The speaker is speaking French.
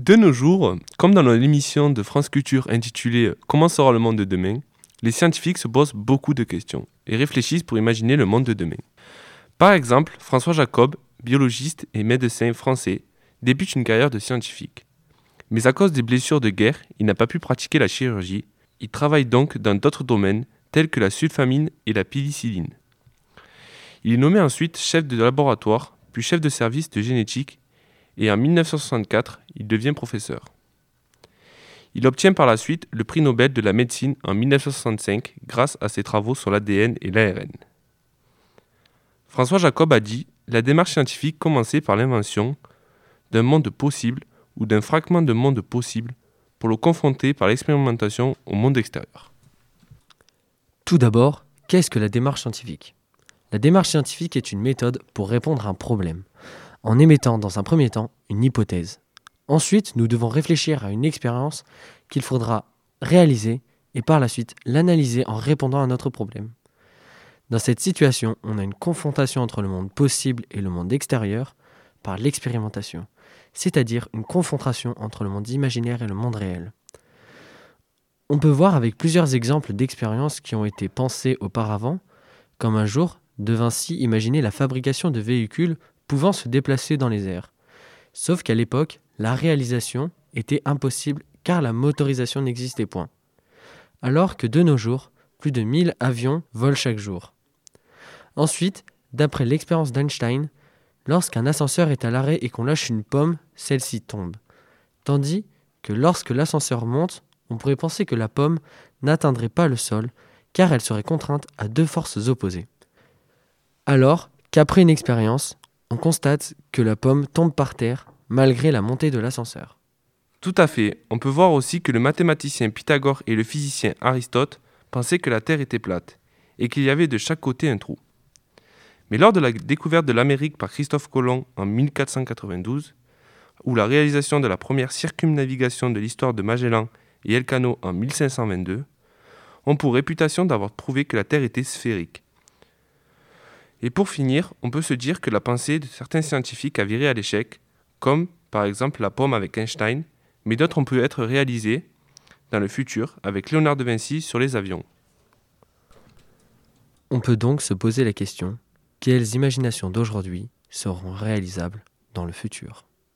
De nos jours, comme dans l'émission de France Culture intitulée Comment sera le monde de demain, les scientifiques se posent beaucoup de questions et réfléchissent pour imaginer le monde de demain. Par exemple, François Jacob, biologiste et médecin français, débute une carrière de scientifique. Mais à cause des blessures de guerre, il n'a pas pu pratiquer la chirurgie. Il travaille donc dans d'autres domaines tels que la sulfamine et la pénicilline. Il est nommé ensuite chef de laboratoire, puis chef de service de génétique, et en 1964, il devient professeur. Il obtient par la suite le prix Nobel de la médecine en 1965 grâce à ses travaux sur l'ADN et l'ARN. François Jacob a dit « La démarche scientifique commençait par l'invention d'un monde possible ou d'un fragment de monde possible pour le confronter par l'expérimentation au monde extérieur. » Tout d'abord, qu'est-ce que la démarche scientifique ? La démarche scientifique est une méthode pour répondre à un problème, en émettant dans un premier temps une hypothèse. Ensuite, nous devons réfléchir à une expérience qu'il faudra réaliser et par la suite l'analyser en répondant à notre problème. Dans cette situation, on a une confrontation entre le monde possible et le monde extérieur par l'expérimentation, c'est-à-dire une confrontation entre le monde imaginaire et le monde réel. On peut voir avec plusieurs exemples d'expériences qui ont été pensées auparavant, comme un jour, De Vinci imaginait la fabrication de véhicules pouvant se déplacer dans les airs. Sauf qu'à l'époque, la réalisation était impossible car la motorisation n'existait point. Alors que de nos jours, plus de 1000 avions volent chaque jour. Ensuite, d'après l'expérience d'Einstein, lorsqu'un ascenseur est à l'arrêt et qu'on lâche une pomme, celle-ci tombe. Tandis que lorsque l'ascenseur monte, on pourrait penser que la pomme n'atteindrait pas le sol car elle serait contrainte à deux forces opposées. Alors qu'après une expérience, on constate que la pomme tombe par terre malgré la montée de l'ascenseur. Tout à fait, on peut voir aussi que le mathématicien Pythagore et le physicien Aristote pensaient que la Terre était plate et qu'il y avait de chaque côté un trou. Mais lors de la découverte de l'Amérique par Christophe Colomb en 1492, ou la réalisation de la première circumnavigation de l'histoire de Magellan et Elcano en 1522, ont pour réputation d'avoir prouvé que la Terre était sphérique. Et pour finir, on peut se dire que la pensée de certains scientifiques a viré à l'échec, comme par exemple la pomme avec Einstein, mais d'autres ont pu être réalisées dans le futur avec Léonard de Vinci sur les avions. On peut donc se poser la question, quelles imaginations d'aujourd'hui seront réalisables dans le futur ?